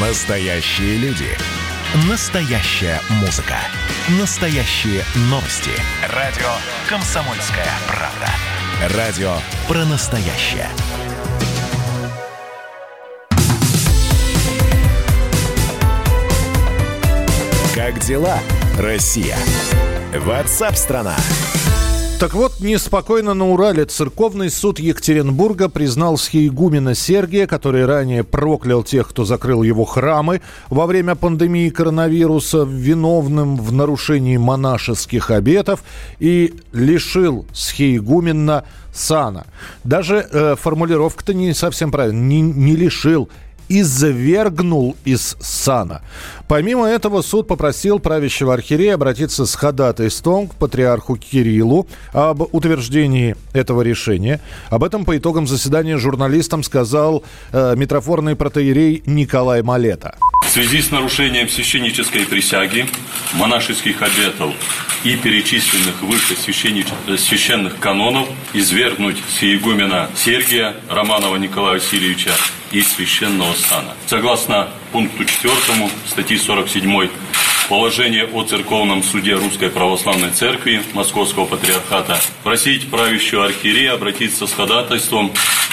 Настоящие люди. Настоящая музыка. Настоящие новости. Радио «Комсомольская правда». Радио про настоящее. Как дела, Россия? WhatsApp-страна. Так вот, неспокойно на Урале. Церковный суд Екатеринбурга признал схиегумена Сергия, который ранее проклял тех, кто закрыл его храмы во время пандемии коронавируса, виновным в нарушении монашеских обетов и лишил схиегумена сана. Даже формулировка-то не совсем правильная. Не лишил, извергнул из сана. Помимо этого, суд попросил правящего архиерея обратиться с ходатайством к патриарху Кириллу об утверждении этого решения. Об этом по итогам заседания журналистам сказал митрофорный протоиерей Николай Малета. В связи с нарушением священнической присяги, монашеских обетов и перечисленных выше священных канонов извергнуть схиегумена Сергия Романова Николая Васильевича из священного сана. Согласно пункту 4 статьи 47 положения о церковном суде Русской Православной Церкви Московского Патриархата, просить правящего архиерея обратиться с ходатайством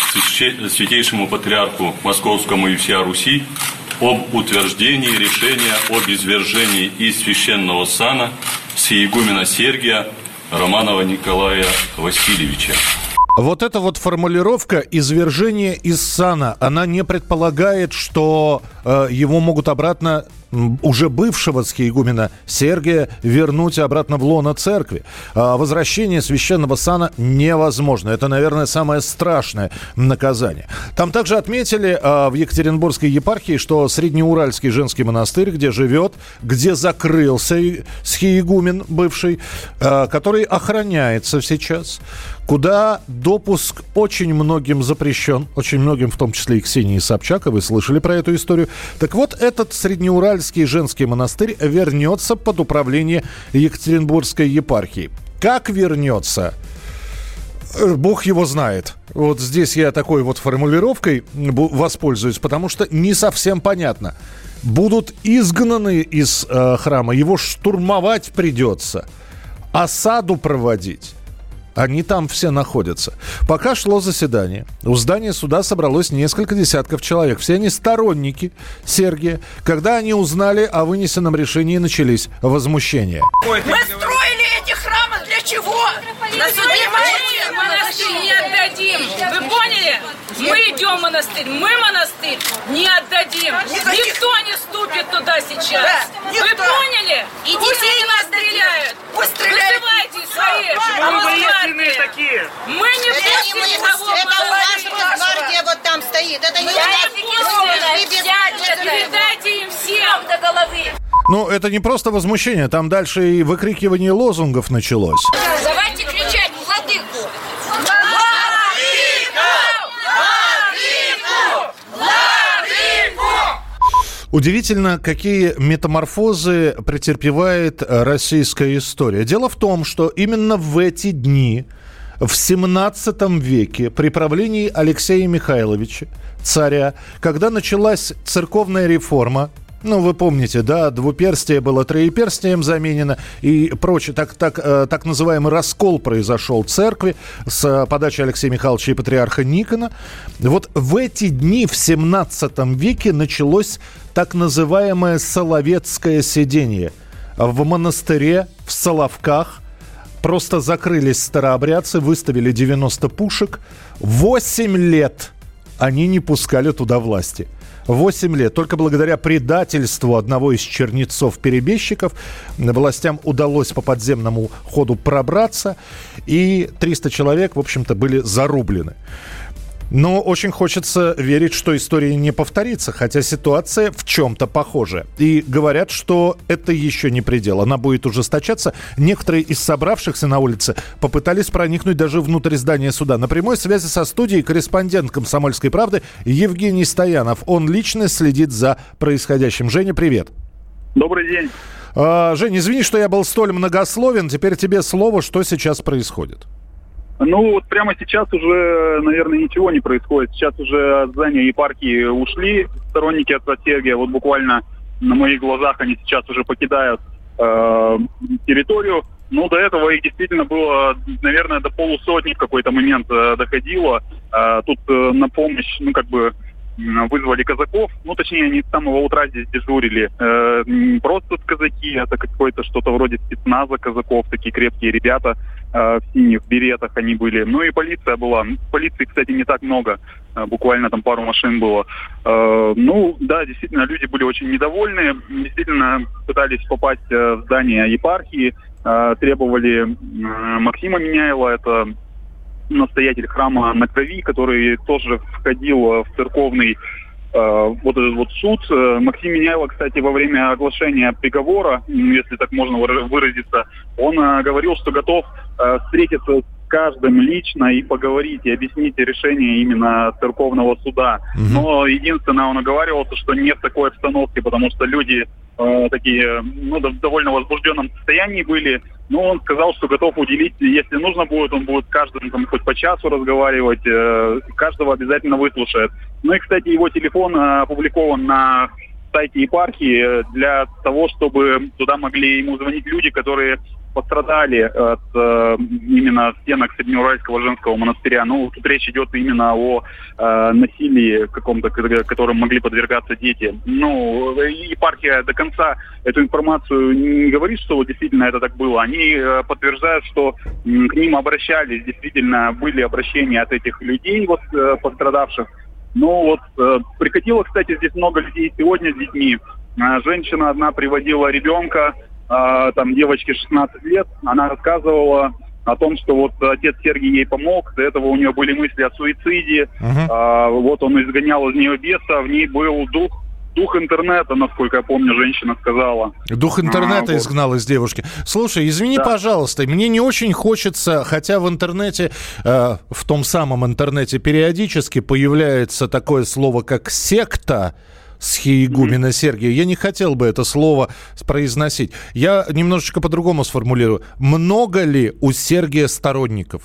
к Святейшему Патриарху Московскому и всея Руси об утверждении решения об извержении из священного сана схиегумена Сергия Романова Николая Васильевича. Вот эта вот формулировка «извержение из сана», она не предполагает, что его могут обратно, уже бывшего схиегумена Сергия, вернуть обратно в лоно церкви. Возвращение священного сана невозможно. Это, наверное, самое страшное наказание. Там также отметили в Екатеринбургской епархии, что Среднеуральский женский монастырь, где закрылся схиегумен бывший, который охраняется сейчас, куда допуск очень многим запрещен, очень многим, в том числе и Ксении Собчак, вы слышали про эту историю. Так вот, этот Среднеуральский женский монастырь вернется под управление Екатеринбургской епархии. Как вернется? Бог его знает. Вот здесь я такой вот формулировкой воспользуюсь, потому что не совсем понятно. Будут изгнаны из храма, его штурмовать придется, осаду проводить. Они там все находятся. Пока шло заседание, у здания суда собралось несколько десятков человек. Все они сторонники Сергия. Когда они узнали о вынесенном решении, начались возмущения. Мы строили эти храмы для чего? На суде монастырь не отдадим. Вы поняли? Мы идем в монастырь. Мы монастырь не отдадим. Никто не ступит туда сейчас. Да, вы поняли? И детей нас стреляют. Пусть стреляют. Вызывайте свои. Военные такие. Мы не пустим никого. Это наша гвардия вот там стоит. Это не передайте им всем до головы. Ну, это не просто возмущение. Там дальше и выкрикивание лозунгов началось. Давайте кричать владыку. Удивительно, какие метаморфозы претерпевает российская история. Дело в том, что именно в эти дни, в 17 веке, при правлении Алексея Михайловича, царя, когда началась церковная реформа, ну, вы помните, да, двуперстие было троеперстием заменено и прочее. Так называемый раскол произошел церкви с подачи Алексея Михайловича и патриарха Никона. Вот в эти дни, в 17 веке, началось так называемое Соловецкое седение. В монастыре, в Соловках, просто закрылись старообрядцы, выставили 90 пушек. 8 лет они не пускали туда власти. 8 лет. Только благодаря предательству одного из чернецов-перебежчиков властям удалось по подземному ходу пробраться, и 300 человек, в общем-то, были зарублены. Но очень хочется верить, что история не повторится, хотя ситуация в чем-то похожа. И говорят, что это еще не предел. Она будет ужесточаться. Некоторые из собравшихся на улице попытались проникнуть даже внутрь здания суда. На прямой связи со студией корреспондент «Комсомольской правды» Евгений Стоянов. Он лично следит за происходящим. Женя, привет. Добрый день. Жень, извини, что я был столь многословен. Теперь тебе слово, что сейчас происходит. Ну, вот прямо сейчас уже, наверное, ничего не происходит. Сейчас уже от здания епархии ушли сторонники отца Сергия. Вот буквально на моих глазах они сейчас уже покидают территорию. Ну, до этого их действительно было, наверное, до полусотни в какой-то момент доходило. Тут на помощь, вызвали казаков. Ну, точнее, они с самого утра здесь дежурили. Не просто казаки, это какое-то что-то вроде спецназа казаков, такие крепкие ребята в синих беретах они были. Ну и полиция была. Полиции, кстати, не так много. Буквально там пару машин было. Ну, да, действительно, люди были очень недовольны. Действительно, пытались попасть в здание епархии. Требовали Максима Меняйла, это настоятель храма на Крови, который тоже входил в церковный вот этот вот суд. Максим Меняйло, кстати, во время оглашения приговора, если так можно выразиться, он говорил, что готов встретиться с каждым лично и поговорить, и объяснить решение именно церковного суда. Но единственное, он оговаривался, что не в такой обстановке, потому что люди такие, в довольно возбужденном состоянии были. Но он сказал, что готов уделить, если нужно будет, он будет каждым хоть по часу разговаривать, каждого обязательно выслушает. Ну и, кстати, его телефон опубликован на сайте епархии для того, чтобы туда могли ему звонить люди, которые пострадали от именно стенок Среднеуральского женского монастыря. Ну, тут речь идет именно о насилии каком-то, которым могли подвергаться дети. Ну, епархия до конца эту информацию не говорит, что вот действительно это так было. Они подтверждают, что к ним обращались, действительно были обращения от этих людей, вот пострадавших. Ну вот, приходило, кстати, здесь много людей сегодня с детьми. Женщина одна приводила ребенка, там девочке 16 лет, она рассказывала о том, что вот отец Сергий ей помог, до этого у нее были мысли о суициде, вот он изгонял из нее беса, в ней был дух интернета, насколько я помню, женщина сказала. Дух интернета изгнал из девушки. Слушай, извини, пожалуйста, мне не очень хочется, хотя в интернете, в том самом интернете периодически появляется такое слово, как «секта», схиегумена Сергия. Я не хотел бы это слово произносить. Я немножечко по-другому сформулирую. Много ли у Сергия сторонников?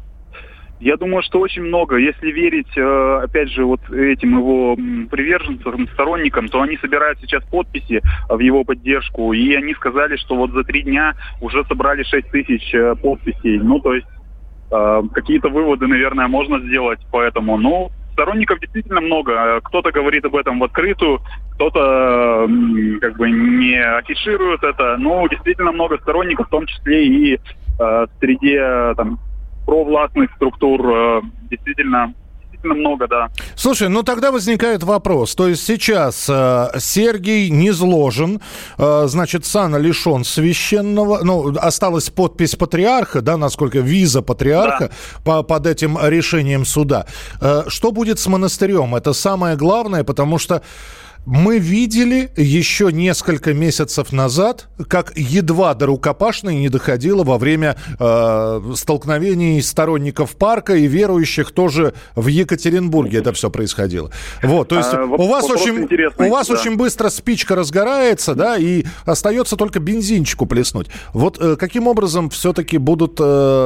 Я думаю, что очень много. Если верить, опять же, вот этим его приверженцам, сторонникам, то они собирают сейчас подписи в его поддержку. И они сказали, что вот за 3 дня уже собрали 6 тысяч подписей. Ну, то есть какие-то выводы, наверное, можно сделать по этому. Но сторонников действительно много. Кто-то говорит об этом в открытую, кто-то не афиширует это. Но действительно много сторонников, в том числе и среди провластных структур. Действительно много, да. Слушай, тогда возникает вопрос. То есть сейчас Сергий низложен, значит, сана лишен священного, осталась подпись патриарха, да, насколько виза патриарха под этим решением суда. Что будет с монастырем? Это самое главное, потому что мы видели еще несколько месяцев назад, как едва до рукопашной не доходило во время столкновений сторонников парка и верующих тоже в Екатеринбурге это все происходило. Вот, то есть у вас очень быстро спичка разгорается, да, и остается только бензинчику плеснуть. Вот каким образом все-таки будут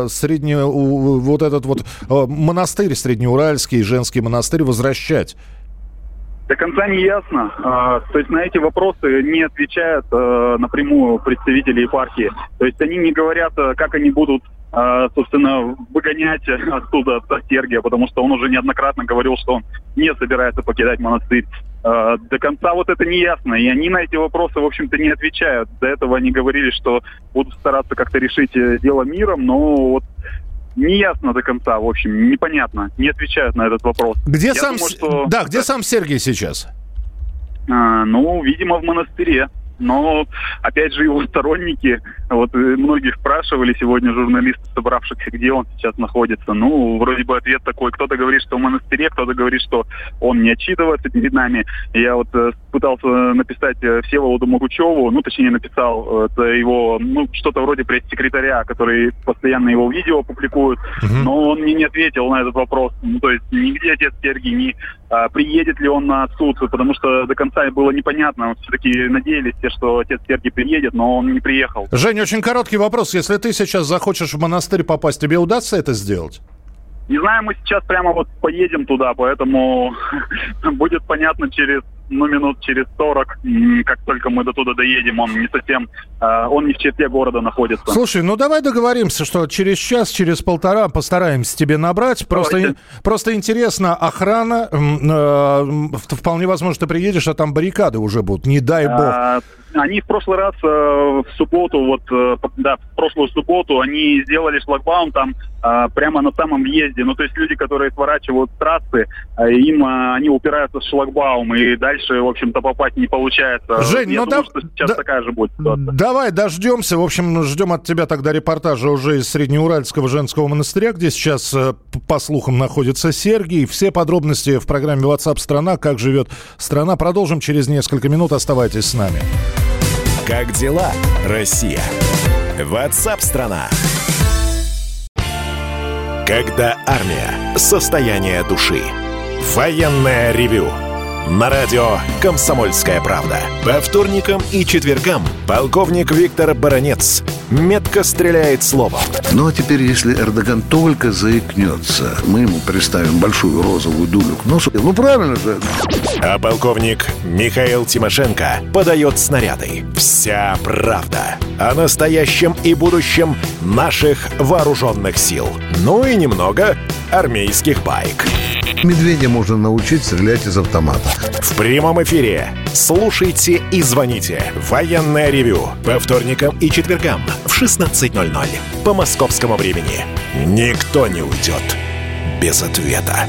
монастырь среднеуральский, женский монастырь возвращать? До конца не ясно. То есть на эти вопросы не отвечают напрямую представители епархии. То есть они не говорят, как они будут, собственно, выгонять оттуда отца Сергия, потому что он уже неоднократно говорил, что он не собирается покидать монастырь. До конца вот это не ясно. И они на эти вопросы, в общем-то, не отвечают. До этого они говорили, что будут стараться как-то решить дело миром, но вот не ясно до конца, в общем, непонятно. Не отвечают на этот вопрос. Где сам Сергий сейчас? Видимо, в монастыре. Но, опять же, его сторонники, вот многих спрашивали сегодня журналисты, собравшихся, где он сейчас находится. Вроде бы ответ такой. Кто-то говорит, что в монастыре, кто-то говорит, что он не отчитывается перед нами. Я вот пытался написать Всеволоду Могучеву, точнее написал, это его, что-то вроде пресс-секретаря, который постоянно его видео публикует, но он мне не ответил на этот вопрос. То есть нигде отец Сергий, ни приедет ли он на суд, потому что до конца было непонятно. Все-таки надеялись, что отец Сергий приедет, но он не приехал. Жень, очень короткий вопрос. Если ты сейчас захочешь в монастырь попасть, тебе удастся это сделать? Не знаю, мы сейчас прямо вот поедем туда, поэтому будет понятно минут через 40, как только мы до туда доедем. Он не совсем, он не в черте города находится. Слушай, давай договоримся, что через час, через полтора постараемся тебе набрать. Просто интересно, охрана, вполне возможно, ты приедешь, а там баррикады уже будут, не дай бог. Они в прошлый раз, в субботу, в прошлую субботу, они сделали шлагбаум там прямо на самом въезде. Ну, то есть люди, которые сворачивают с трассы, они упираются в шлагбаум, и дальше, в общем-то, попасть не получается. Jень, Я думаю, что сейчас такая же будет ситуация. Давай дождемся. В общем, ждем от тебя тогда репортажа уже из Среднеуральского женского монастыря, где сейчас, по слухам, находится Сергий. Все подробности в программе WhatsApp страна. Как живет страна. Продолжим через несколько минут. Оставайтесь с нами. Как дела, Россия? WhatsApp страна. Когда армия. Состояние души. Военное ревю. На радио «Комсомольская правда». По вторникам и четвергам полковник Виктор Баранец метко стреляет словом. Ну а теперь, если Эрдоган только заикнется, мы ему приставим большую розовую дулю к носу. Ну правильно же. А полковник Михаил Тимошенко подает снаряды. Вся правда о настоящем и будущем наших вооруженных сил. Ну и немного армейских баек. Медведя можно научить стрелять из автомата. В прямом эфире. Слушайте и звоните. Военное ревю. По вторникам и четвергам в 16:00 по московскому времени. Никто не уйдет без ответа.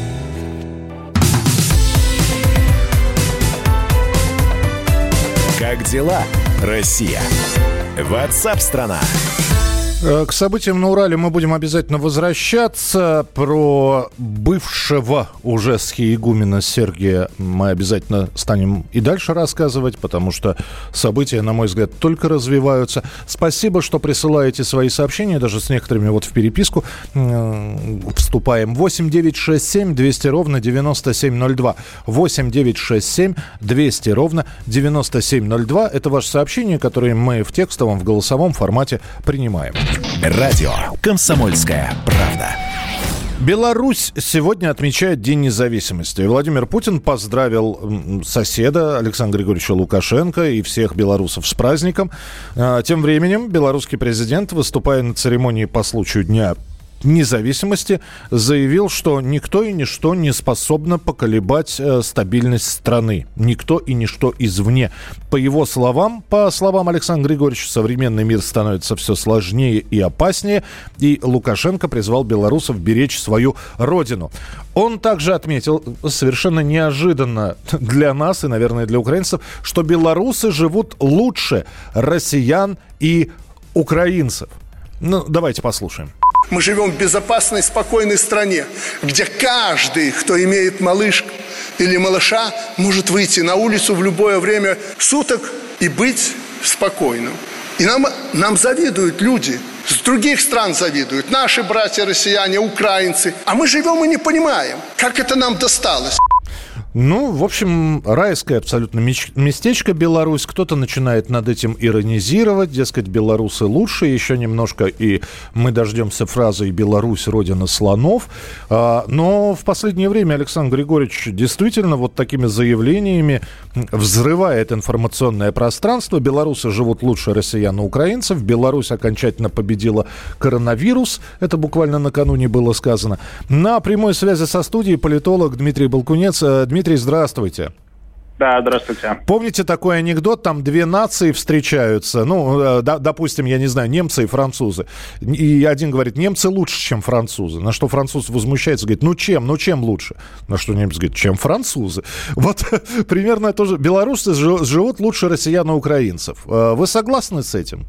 Как дела, Россия? WhatsApp страна. К событиям на Урале мы будем обязательно возвращаться. Про бывшего уже схиегумена Сергия мы обязательно станем и дальше рассказывать, потому что события, на мой взгляд, только развиваются. Спасибо, что присылаете свои сообщения, даже с некоторыми вот в переписку вступаем. 8 200 ровно 9702. 8 200 ровно 9702. Это ваше сообщение, которое мы в текстовом, в голосовом формате принимаем. Радио «Комсомольская правда». Беларусь сегодня отмечает День независимости. Владимир Путин поздравил соседа Александра Григорьевича Лукашенко и всех белорусов с праздником. Тем временем белорусский президент, выступая на церемонии по случаю Дня независимости, заявил, что никто и ничто не способно поколебать стабильность страны. Никто и ничто извне. По его словам, по словам Александра Григорьевича, современный мир становится все сложнее и опаснее, и Лукашенко призвал белорусов беречь свою родину. Он также отметил, совершенно неожиданно для нас и, наверное, для украинцев, что белорусы живут лучше россиян и украинцев. Ну, давайте послушаем. Мы живем в безопасной, спокойной стране, где каждый, кто имеет малышку или малыша, может выйти на улицу в любое время суток и быть спокойным. И нам завидуют люди, с других стран завидуют, наши братья россияне, украинцы. А мы живем и не понимаем, как это нам досталось. Ну, в общем, райское абсолютно местечко Беларусь. Кто-то начинает над этим иронизировать, дескать, белорусы лучше. Еще немножко, и мы дождемся фразы «И Беларусь – родина слонов». Но в последнее время Александр Григорьевич действительно вот такими заявлениями взрывает информационное пространство. Белорусы живут лучше россиян и украинцев. Беларусь окончательно победила коронавирус. Это буквально накануне было сказано. На прямой связи со студией политолог Дмитрий Балкунец. Дмитрий, здравствуйте. Да, здравствуйте. Помните такой анекдот? Там две нации встречаются. Ну, допустим, я не знаю, немцы и французы. И один говорит, немцы лучше, чем французы. На что француз возмущается, говорит, ну чем лучше? На что немец говорит, чем французы. Вот примерно тоже. Белорусы живут лучше россиян и украинцев. Вы согласны с этим?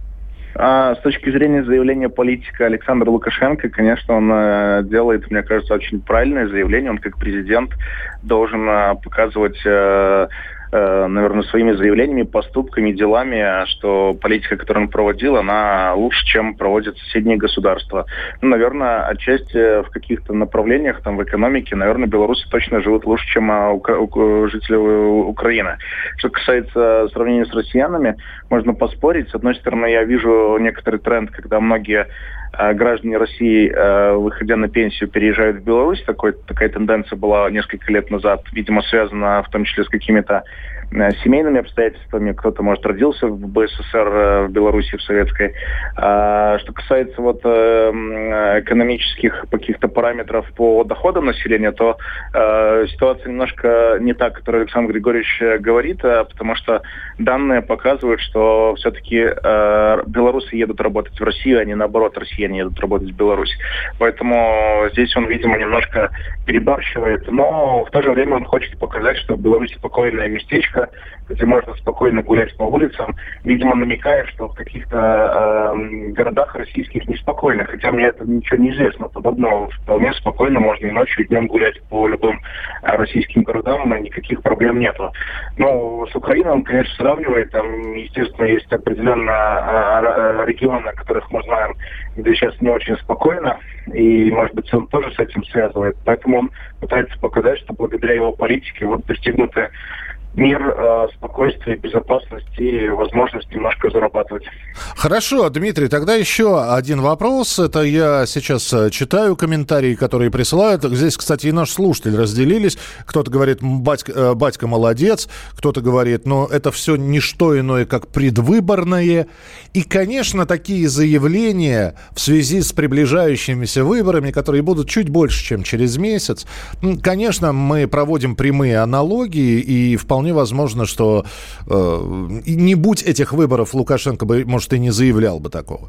С точки зрения заявления политика Александра Лукашенко, конечно, он делает, мне кажется, очень правильное заявление. Он как президент должен показывать наверное, своими заявлениями, поступками, делами, что политика, которую он проводил, она лучше, чем проводят соседние государства. Ну, наверное, отчасти в каких-то направлениях, там, в экономике, наверное, белорусы точно живут лучше, чем жители Украины. Что касается сравнения с россиянами, можно поспорить. С одной стороны, я вижу некоторый тренд, когда многие граждане России, выходя на пенсию, переезжают в Беларусь. Такая тенденция была несколько лет назад, видимо, связана в том числе с какими-то семейными обстоятельствами. Кто-то, может, родился в БССР, в Беларуси, в советской. Что касается экономических каких-то параметров по доходам населения, то ситуация немножко не та, которую Александр Григорьевич говорит, потому что данные показывают, что все-таки белорусы едут работать в Россию, а не наоборот, россияне едут работать в Беларусь. Поэтому здесь он, видимо, немножко перебарщивает, но в то же время он хочет показать, что в Беларуси спокойное местечко, где можно спокойно гулять по улицам, видимо, намекая, что в каких-то городах российских неспокойно, хотя мне это ничего не известно подобного. Вполне спокойно можно и ночью, и днем гулять по любым российским городам, и никаких проблем нету. Но с Украиной он, конечно, сравнивает, там, естественно, есть определенно регионы, о которых мы знаем, где сейчас не очень спокойно, и, может быть, он тоже с этим связывает. Поэтому он пытается показать, что благодаря его политике достигнуты мир, спокойствие, безопасность и возможность немножко зарабатывать. Хорошо, Дмитрий, тогда еще один вопрос. Это я сейчас читаю комментарии, которые присылают. Здесь, кстати, и наши слушатели разделились. Кто-то говорит, батька молодец. Кто-то говорит, это все не что иное, как предвыборное. И, конечно, такие заявления в связи с приближающимися выборами, которые будут чуть больше, чем через месяц. Конечно, мы проводим прямые аналогии, и вполне возможно, что не будь этих выборов, Лукашенко бы, может, и не заявлял бы такого.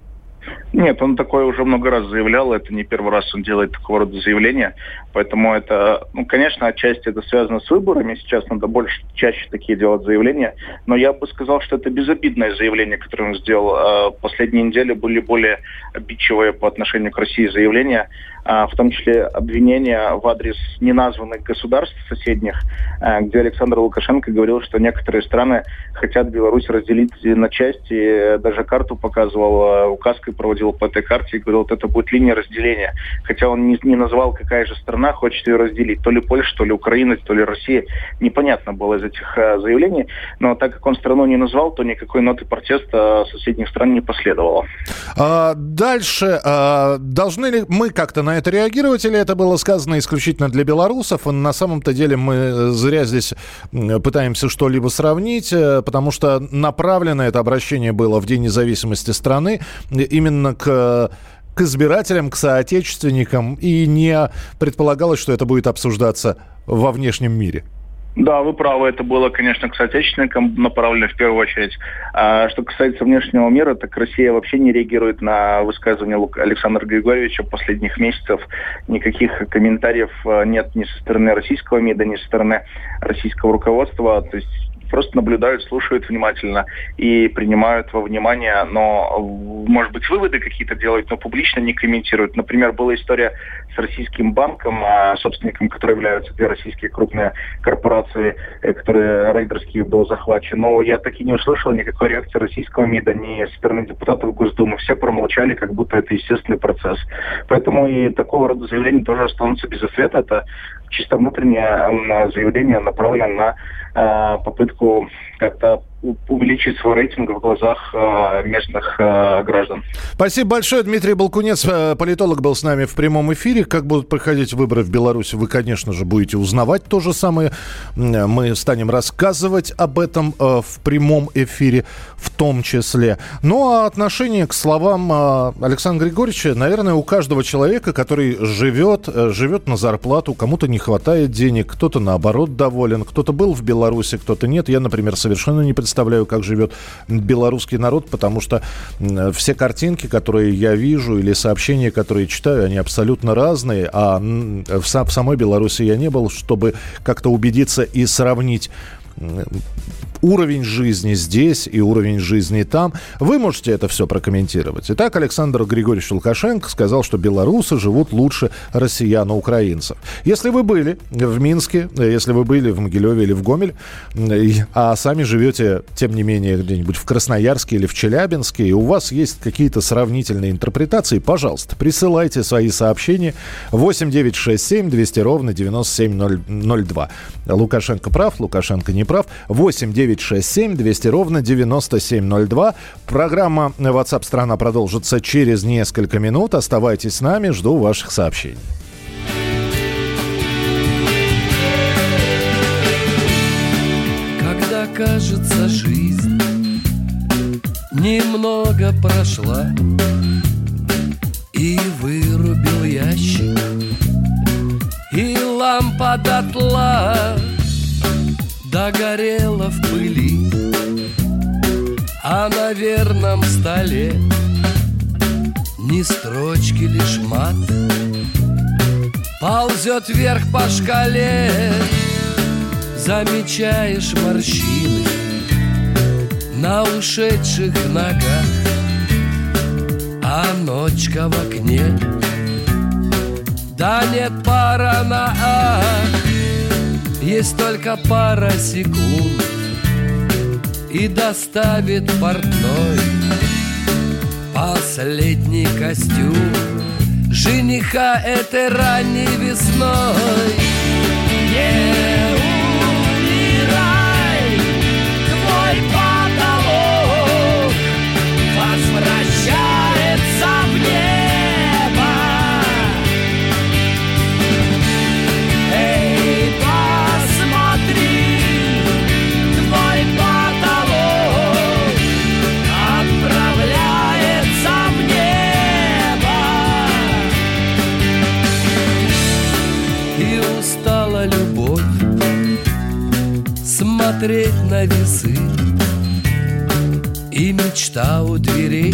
Нет, он такое уже много раз заявлял, это не первый раз он делает такого рода заявления, поэтому это, конечно, отчасти это связано с выборами, сейчас надо чаще такие делать заявления, но я бы сказал, что это безобидное заявление, которое он сделал. Последние недели были более обидчивые по отношению к России заявления, в том числе обвинения в адрес неназванных государств соседних, где Александр Лукашенко говорил, что некоторые страны хотят Беларусь разделить на части, даже карту показывал, указкой проводил по этой карте и говорил, это будет линия разделения. Хотя он не назвал, какая же страна хочет ее разделить, то ли Польша, то ли Украина, то ли Россия. Непонятно было из этих заявлений, но так как он страну не назвал, то никакой ноты протеста соседних стран не последовало. Дальше. Должны ли мы как-то на это реагировать, или это было сказано исключительно для белорусов? На самом-то деле мы зря здесь пытаемся что-либо сравнить, потому что направлено это обращение было в День независимости страны именно к избирателям, к соотечественникам, и не предполагалось, что это будет обсуждаться во внешнем мире. Да, вы правы, это было, конечно, к соотечественникам направлено в первую очередь. А что касается внешнего мира, так Россия вообще не реагирует на высказывания Александра Григорьевича последних месяцев. Никаких комментариев нет ни со стороны российского МИДа, ни со стороны российского руководства. То есть просто наблюдают, слушают внимательно и принимают во внимание, но, может быть, выводы какие-то делают, но публично не комментируют. Например, была история с российским банком, собственником которой являются две российские крупные корпорации, которые рейдерские был захвачен. Но я так и не услышал никакой реакции российского МИДа, ни со стороны депутатов Госдумы. Все промолчали, как будто это естественный процесс. Поэтому и такого рода заявления тоже останутся без ответа. Это чисто внутреннее заявление, направленное на попытку как-то увеличить свой рейтинг в глазах местных граждан. Спасибо большое. Дмитрий Балкунец, политолог, был с нами в прямом эфире. Как будут проходить выборы в Беларуси, вы, конечно же, будете узнавать то же самое. Мы станем рассказывать об этом в прямом эфире в том числе. Ну, а отношение к словам Александра Григорьевича, наверное, у каждого человека, который живет на зарплату, кому-то не хватает денег, кто-то, наоборот, доволен, кто-то был в Беларуси, кто-то нет. Я, например, совершенно не представляю, как живет белорусский народ, потому что все картинки, которые я вижу, или сообщения, которые читаю, они абсолютно разные, а в самой Беларуси я не был, чтобы как-то убедиться и сравнить уровень жизни здесь и уровень жизни там. Вы можете это все прокомментировать. Итак, Александр Григорьевич Лукашенко сказал, что белорусы живут лучше россиян и украинцев. Если вы были в Минске, если вы были в Могилеве или в Гомеле, а сами живете, тем не менее, где-нибудь в Красноярске или в Челябинске, и у вас есть какие-то сравнительные интерпретации, пожалуйста, присылайте свои сообщения 8-967 200 ровно 9702. Лукашенко прав, Лукашенко не прав. 8-967 200 ровно 9702. Программа WhatsApp страна продолжится через несколько минут. Оставайтесь с нами, жду ваших сообщений. Когда кажется, жизнь немного прошла, и вырубил ящик, и лампа дотла догорела в пыли, а на верном столе ни строчки, лишь мат ползет вверх по шкале. Замечаешь морщины на ушедших ногах, а ночка в окне, да нет пара на «ах». Есть только пара секунд, и доставит портной последний костюм жениха этой ранней весной. Не умирай, твой потолок возвращается в небо. Эй, посмотри, твой потолок отправляется в небо. И устала любовь смотреть на весы, и мечта у дверей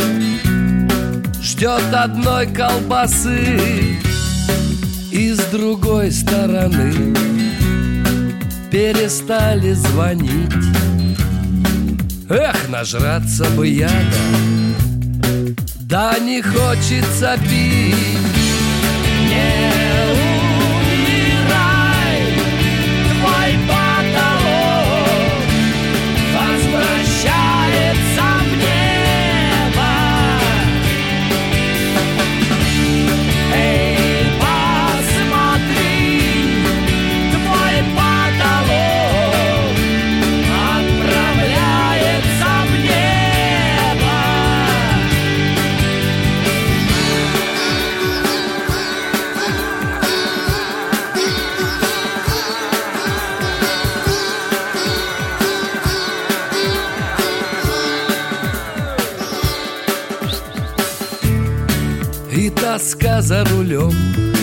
ждет одной колбасы. И с другой стороны перестали звонить. Эх, нажраться бы яда, да не хочется пить. Не умирай, твой потолок возвращается в небо. Эй, посмотри, твой потолок отправляется в небо. И тоска за рулем,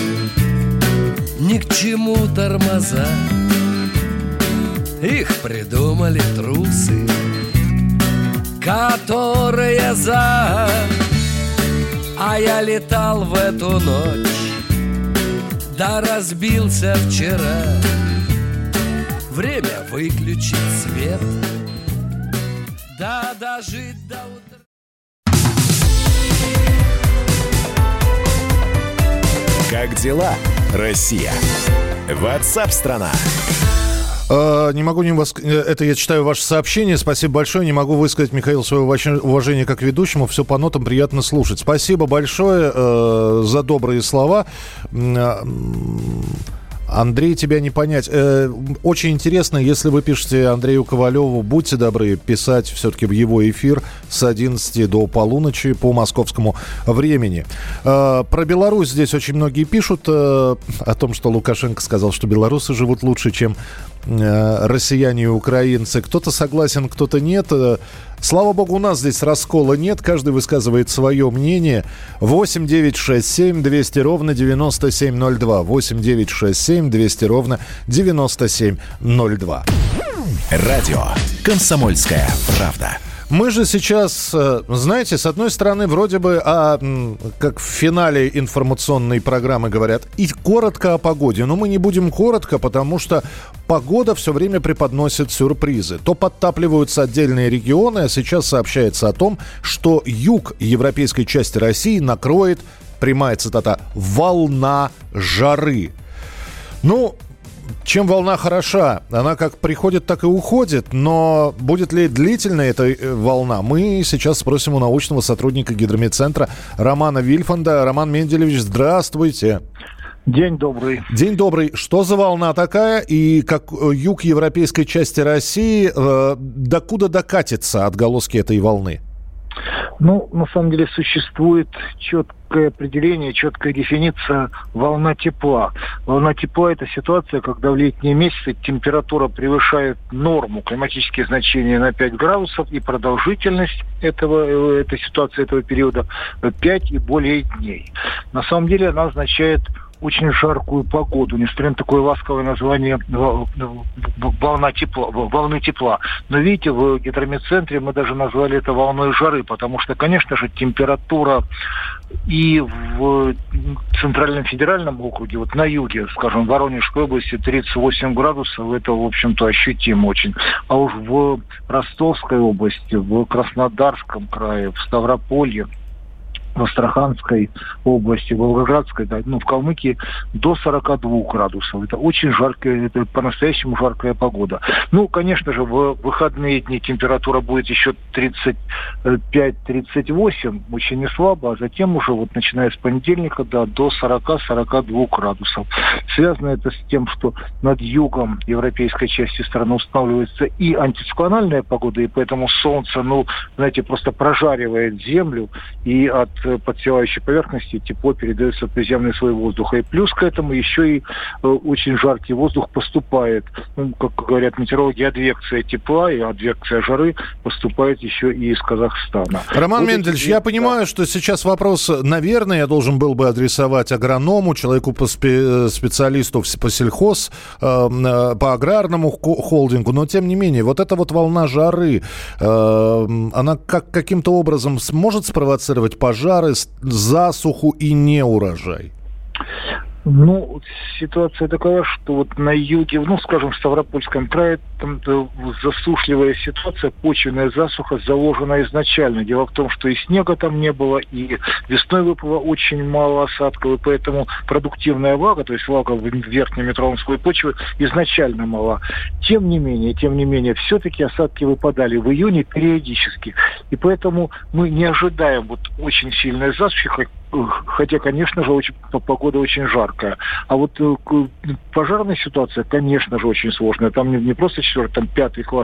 ни к чему тормоза. Их придумали трусы, которые за. А я летал в эту ночь, да разбился вчера. Время выключить свет, да дожить до утра. Как дела, Россия? WhatsApp-страна. Не могу не это я читаю ваше сообщение. Спасибо большое. Не могу высказать, Михаил, свое уважение как ведущему. Все по нотам, приятно слушать. Спасибо большое за добрые слова. Андрей, тебя не понять. Очень интересно, если вы пишете Андрею Ковалеву, будьте добры писать все-таки в его эфир с 11 до полуночи по московскому времени. Про Беларусь здесь очень многие пишут о том, что Лукашенко сказал, что белорусы живут лучше, чем россияне и украинцы. Кто-то согласен, кто-то нет. Слава богу, у нас здесь раскола нет. Каждый высказывает свое мнение. 8 967 200 ровно 9702. 8 967 200 ровно 9702. Радио «Комсомольская правда». Мы же сейчас, знаете, с одной стороны, вроде бы, как в финале информационной программы говорят, и коротко о погоде. Но мы не будем коротко, потому что погода все время преподносит сюрпризы. То подтапливаются отдельные регионы, а сейчас сообщается о том, что юг европейской части России накроет, прямая цитата, «волна жары». Ну, чем волна хороша? Она как приходит, так и уходит. Но будет ли длительная эта волна? Мы сейчас спросим у научного сотрудника Гидрометцентра Романа Вильфанда. Роман Менделевич, здравствуйте. День добрый. День добрый. Что за волна такая? И как юг европейской части России, докуда докатится отголоски этой волны? Ну, на самом деле, существует четкое определение, четкая дефиниция волна тепла. Волна тепла – это ситуация, когда в летние месяцы температура превышает норму, климатические значения на 5 градусов, и продолжительность этой ситуации, этого периода 5 и более дней. На самом деле она означает очень жаркую погоду, несмотря на такое ласковое название волны тепла. Но видите, в Гидрометцентре мы даже назвали это волной жары, потому что, конечно же, температура и в Центральном федеральном округе, вот на юге, скажем, в Воронежской области 38 градусов, это, в общем-то, ощутимо очень. А уж в Ростовской области, в Краснодарском крае, в Ставрополье, в Астраханской области, в Волгоградской, в Калмыкии до 42 градусов. Это очень жаркая, это по-настоящему жаркая погода. Ну, конечно же, в выходные дни температура будет еще 35-38, очень не слабо, а затем уже, вот начиная с понедельника, до 40-42 градусов. Связано это с тем, что над югом европейской части страны устанавливается и антициклональная погода, и поэтому солнце, знаете, просто прожаривает землю, и от подстилающей поверхности тепло передается в приземный слой воздуха. И плюс к этому еще и очень жаркий воздух поступает, как говорят метеорологи, адвекция тепла и адвекция жары поступает еще и из Казахстана. Роман Менделевич, я понимаю, что сейчас вопрос, наверное, я должен был бы адресовать агроному, человеку по специалисту по сельхоз, по аграрному холдингу, но тем не менее, вот эта вот волна жары, она каким-то образом сможет спровоцировать пожары, засуху и неурожай? Ситуация такова, что вот на юге, скажем, в Ставропольском крае, там засушливая ситуация, почвенная засуха заложена изначально. Дело в том, что и снега там не было, и весной выпало очень мало осадков, и поэтому продуктивная влага, то есть влага в верхнем метровом слое почвы, изначально мала. Тем не менее, все-таки осадки выпадали в июне периодически, и поэтому мы не ожидаем вот очень сильной засухи, хотя, конечно же, погода очень жаркая. А вот пожарная ситуация, конечно же, очень сложная. Там не просто 4-й, там 5-й класс,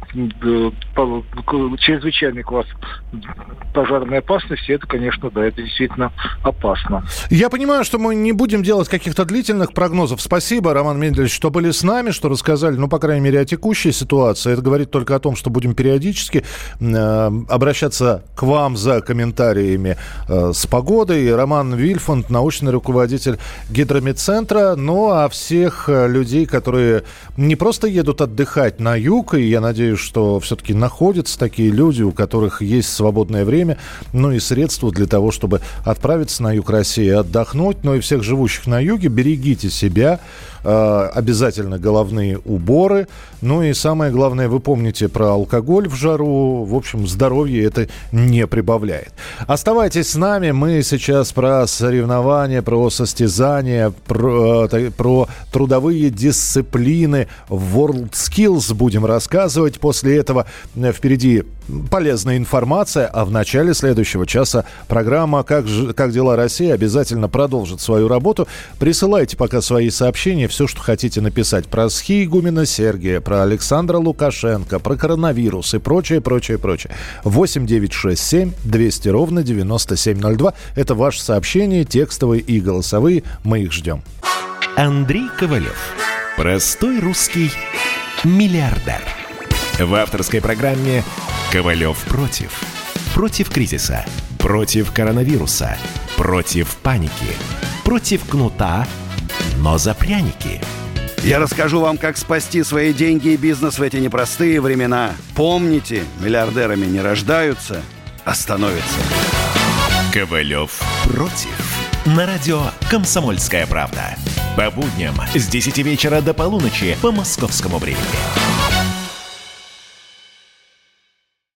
чрезвычайный класс пожарной опасности. Это, конечно, да, это действительно опасно. Я понимаю, что мы не будем делать каких-то длительных прогнозов. Спасибо, Роман Менделевич, что были с нами, что рассказали, по крайней мере, о текущей ситуации. Это говорит только о том, что будем периодически обращаться к вам за комментариями с погодой. Роман Вильфанд, научный руководитель Гидрометцентра. Ну, а всех людей, которые не просто едут отдыхать на юг, и я надеюсь, что все-таки находятся такие люди, у которых есть свободное время, и средства для того, чтобы отправиться на юг России и отдохнуть. Но и всех живущих на юге, берегите себя, обязательно головные уборы. И самое главное, вы помните про алкоголь в жару. В общем, здоровье это не прибавляет. Оставайтесь с нами. Мы сейчас про соревнования, про состязания, про трудовые дисциплины WorldSkills будем рассказывать. После этого впереди полезная информация, а в начале следующего часа программа «Как дела России» обязательно продолжит свою работу. Присылайте пока свои сообщения, все, что хотите написать про схиегумена Сергия, про Александра Лукашенко, про коронавирус и прочее. 8-967 200 9702. Это ваши сообщения, текстовые и голосовые. Мы их ждем. Андрей Ковалев. Простой русский миллиардер. В авторской программе «Ковалев против». Против кризиса, против коронавируса, против паники, против кнута, но за пряники. Я расскажу вам, как спасти свои деньги и бизнес в эти непростые времена. Помните, миллиардерами не рождаются, а становятся. Ковалев против. На радио «Комсомольская правда». По будням с 10 вечера до полуночи по московскому времени.